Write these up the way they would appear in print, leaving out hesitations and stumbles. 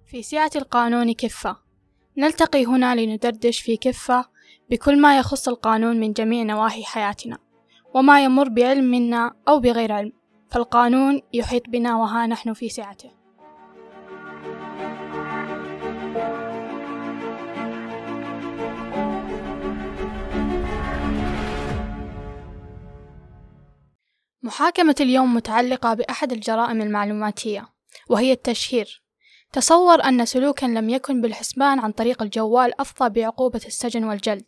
في سعة القانون كفة. نلتقي هنا لندردش في كفة بكل ما يخص القانون من جميع نواحي حياتنا، وما يمر بعلم منا أو بغير علم، فالقانون يحيط بنا وها نحن في سعته. محاكمة اليوم متعلقة بأحد الجرائم المعلوماتية، وهي التشهير. تصور أن سلوكا لم يكن بالحسبان عن طريق الجوال أفضى بعقوبة السجن والجلد.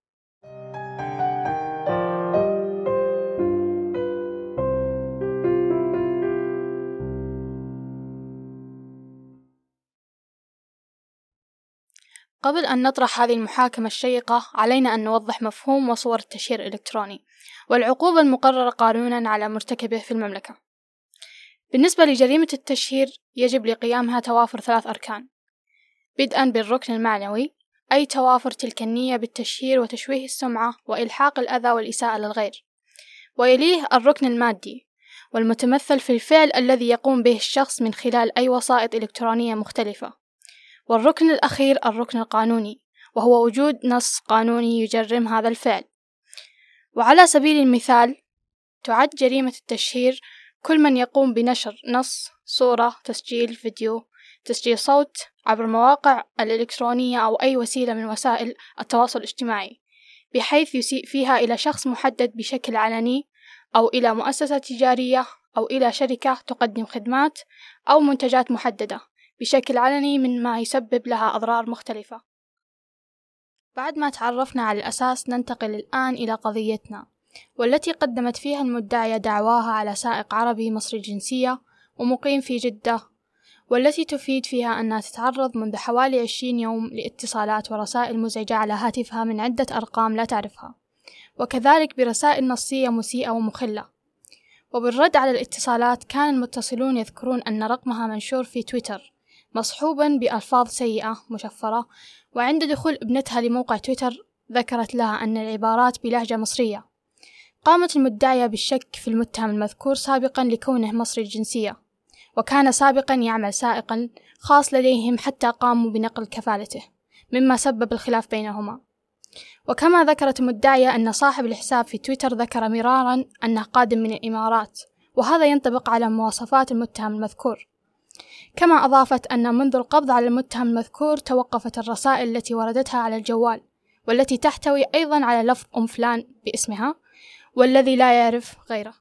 قبل أن نطرح هذه المحاكمة الشيقة، علينا أن نوضح مفهوم وصور التشهير الإلكتروني والعقوبة المقررة قانونا على مرتكبه في المملكة. بالنسبة لجريمة التشهير، يجب لقيامها توافر 3 أركان، بدءا بالركن المعنوي، أي توافر تلك النية بالتشهير وتشويه السمعة وإلحاق الأذى والإساءة للغير، ويليه الركن المادي، والمتمثل في الفعل الذي يقوم به الشخص من خلال أي وسائط إلكترونية مختلفة، والركن الأخير الركن القانوني، وهو وجود نص قانوني يجرم هذا الفعل. وعلى سبيل المثال، تعد جريمة التشهير كل من يقوم بنشر نص، صورة، تسجيل فيديو، تسجيل صوت عبر المواقع الإلكترونية أو أي وسيلة من وسائل التواصل الاجتماعي، بحيث يسيء فيها إلى شخص محدد بشكل علني، أو إلى مؤسسة تجارية، أو إلى شركة تقدم خدمات أو منتجات محددة بشكل علني، مما يسبب لها أضرار مختلفة. بعد ما تعرفنا على الأساس، ننتقل الآن إلى قضيتنا، والتي قدمت فيها المدعية دعواها على سائق عربي مصري الجنسية ومقيم في جدة، والتي تفيد فيها أنها تتعرض منذ حوالي 20 يوم لاتصالات ورسائل مزعجة على هاتفها من عدة أرقام لا تعرفها، وكذلك برسائل نصية مسيئة ومخلة. وبالرد على الاتصالات، كان المتصلون يذكرون أن رقمها منشور في تويتر مصحوبا بألفاظ سيئة مشفرة، وعند دخول ابنتها لموقع تويتر ذكرت لها أن العبارات بلهجة مصرية. قامت المدعية بالشك في المتهم المذكور سابقا لكونه مصري الجنسية، وكان سابقا يعمل سائقا خاص لديهم حتى قاموا بنقل كفالته، مما سبب الخلاف بينهما. وكما ذكرت المدعية أن صاحب الحساب في تويتر ذكر مرارا أنه قادم من الإمارات، وهذا ينطبق على مواصفات المتهم المذكور. كما أضافت أن منذ القبض على المتهم المذكور توقفت الرسائل التي وردتها على الجوال، والتي تحتوي أيضا على لفظ أم فلان باسمها والذي لا يعرف غيره.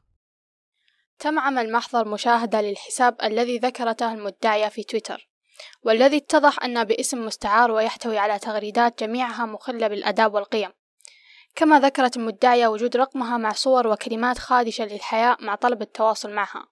تم عمل محضر مشاهدة للحساب الذي ذكرته المدعية في تويتر، والذي اتضح أنه باسم مستعار ويحتوي على تغريدات جميعها مخلة بالآداب والقيم. كما ذكرت المدعية وجود رقمها مع صور وكلمات خادشة للحياء مع طلب التواصل معها.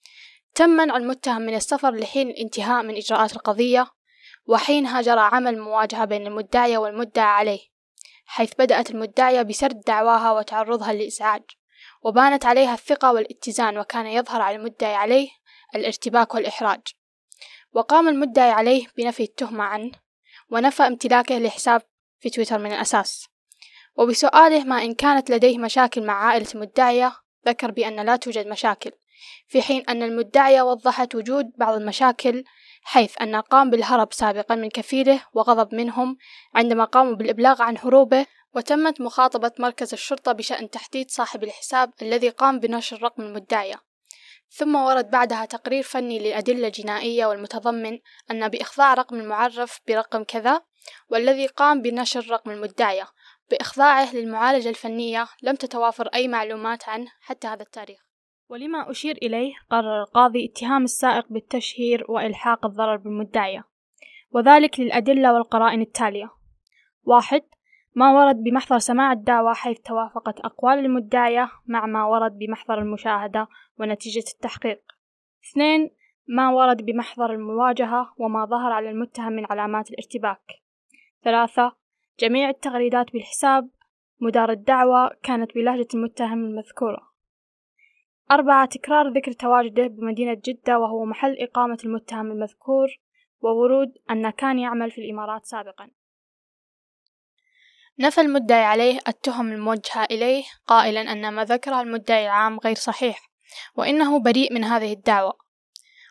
تم منع المتهم من السفر لحين الانتهاء من إجراءات القضية، وحينها جرى عمل مواجهة بين المدعية والمدعى عليه، حيث بدأت المدعية بسرد دعواها وتعرضها للإزعاج، وبانت عليها الثقة والاتزان، وكان يظهر على المدعي عليه الارتباك والإحراج. وقام المدعي عليه بنفي التهمة عنه، ونفى امتلاكه لحساب في تويتر من الأساس. وبسؤاله ما إن كانت لديه مشاكل مع عائلة المدعية، ذكر بأن لا توجد مشاكل، في حين أن المدعية وضحت وجود بعض المشاكل، حيث أنه قام بالهرب سابقا من كفيله وغضب منهم عندما قاموا بالإبلاغ عن هروبه، وتمت مخاطبة مركز الشرطة بشأن تحديد صاحب الحساب الذي قام بنشر رقم المدعية. ثم ورد بعدها تقرير فني للأدلة الجنائية، والمتضمن أن بإخضاع رقم المعرف برقم كذا، والذي قام بنشر رقم المدعية بإخضاعه للمعالجة الفنية، لم تتوافر أي معلومات عنه حتى هذا التاريخ. ولما أشير إليه، قرر القاضي اتهام السائق بالتشهير وإلحاق الضرر بالمدعية، وذلك للأدلة والقرائن التالية: 1. ما ورد بمحضر سماع الدعوى، حيث توافقت أقوال المدعية مع ما ورد بمحضر المشاهدة ونتيجة التحقيق. 2. ما ورد بمحضر المواجهة وما ظهر على المتهم من علامات الارتباك. 3. جميع التغريدات بالحساب مدار الدعوى كانت بلهجة المتهم المذكورة. 4. تكرار ذكر تواجده بمدينة جدة وهو محل إقامة المتهم المذكور، وورود أنه كان يعمل في الإمارات سابقا. نفى المدعي عليه التهم الموجهة إليه، قائلا أن ما ذكره المدعي العام غير صحيح، وإنه بريء من هذه الدعوة.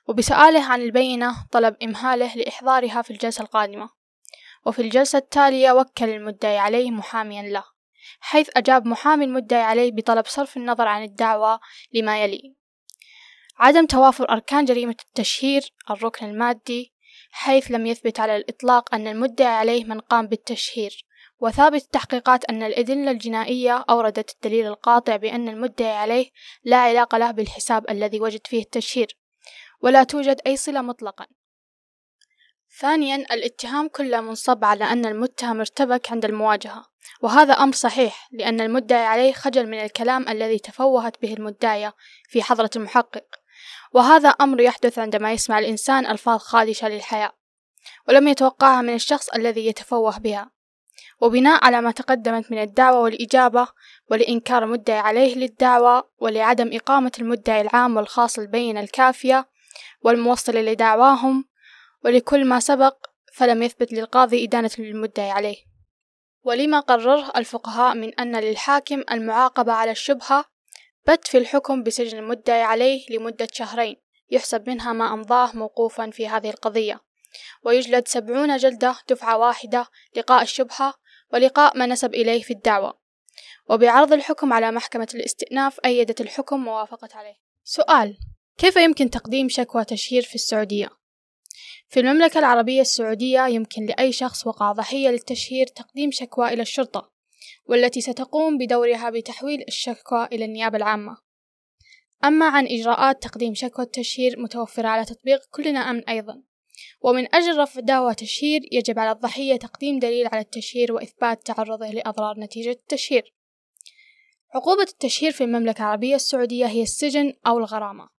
وبسؤاله عن البينة طلب إمهاله لإحضارها في الجلسة القادمة. وفي الجلسة التالية وكل المدعي عليه محاميا له، حيث أجاب محامي المدعي عليه بطلب صرف النظر عن الدعوى لما يلي: عدم توافر أركان جريمة التشهير الركن المادي، حيث لم يثبت على الإطلاق أن المدعي عليه من قام بالتشهير، وثابت التحقيقات أن الأدلة الجنائية أوردت الدليل القاطع بأن المدعي عليه لا علاقة له بالحساب الذي وجد فيه التشهير، ولا توجد أي صلة مطلقا. ثانيا، الاتهام كله منصب على أن المتهم ارتبك عند المواجهة، وهذا أمر صحيح، لأن المدعي عليه خجل من الكلام الذي تفوهت به المدعية في حضرة المحقق، وهذا أمر يحدث عندما يسمع الإنسان ألفاظ خادشة للحياء ولم يتوقعها من الشخص الذي يتفوه بها. وبناء على ما تقدمت من الدعوة والإجابة، ولإنكار المدعي عليه للدعوة، ولعدم إقامة المدعي العام والخاص البينة الكافية والموصلة لدعواهم، ولكل ما سبق، فلم يثبت للقاضي إدانة للمدعي عليه. ولما قرره الفقهاء من أن للحاكم المعاقبة على الشبهة، بت في الحكم بسجن المدعي عليه لمدة 2 شهر يحسب منها ما أمضاه موقوفا في هذه القضية، ويجلد 70 جلدة دفعة واحدة لقاء الشبهة ولقاء ما نسب إليه في الدعوة. وبعرض الحكم على محكمة الاستئناف أيدت الحكم موافقة عليه. سؤال: كيف يمكن تقديم شكوى تشهير في السعودية؟ في المملكة العربية السعودية يمكن لأي شخص وقع ضحية للتشهير تقديم شكوى إلى الشرطة، والتي ستقوم بدورها بتحويل الشكوى إلى النيابة العامة. أما عن إجراءات تقديم شكوى التشهير متوفرة على تطبيق كلنا أمن أيضا، ومن أجل رفع دعوى تشهير يجب على الضحية تقديم دليل على التشهير وإثبات تعرضه لأضرار نتيجة التشهير. عقوبة التشهير في المملكة العربية السعودية هي السجن أو الغرامة.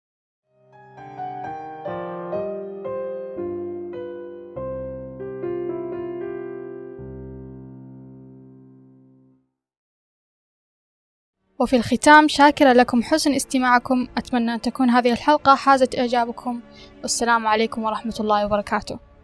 وفي الختام، شاكرة لكم حسن استماعكم، أتمنى أن تكون هذه الحلقة حازت إعجابكم، والسلام عليكم ورحمة الله وبركاته.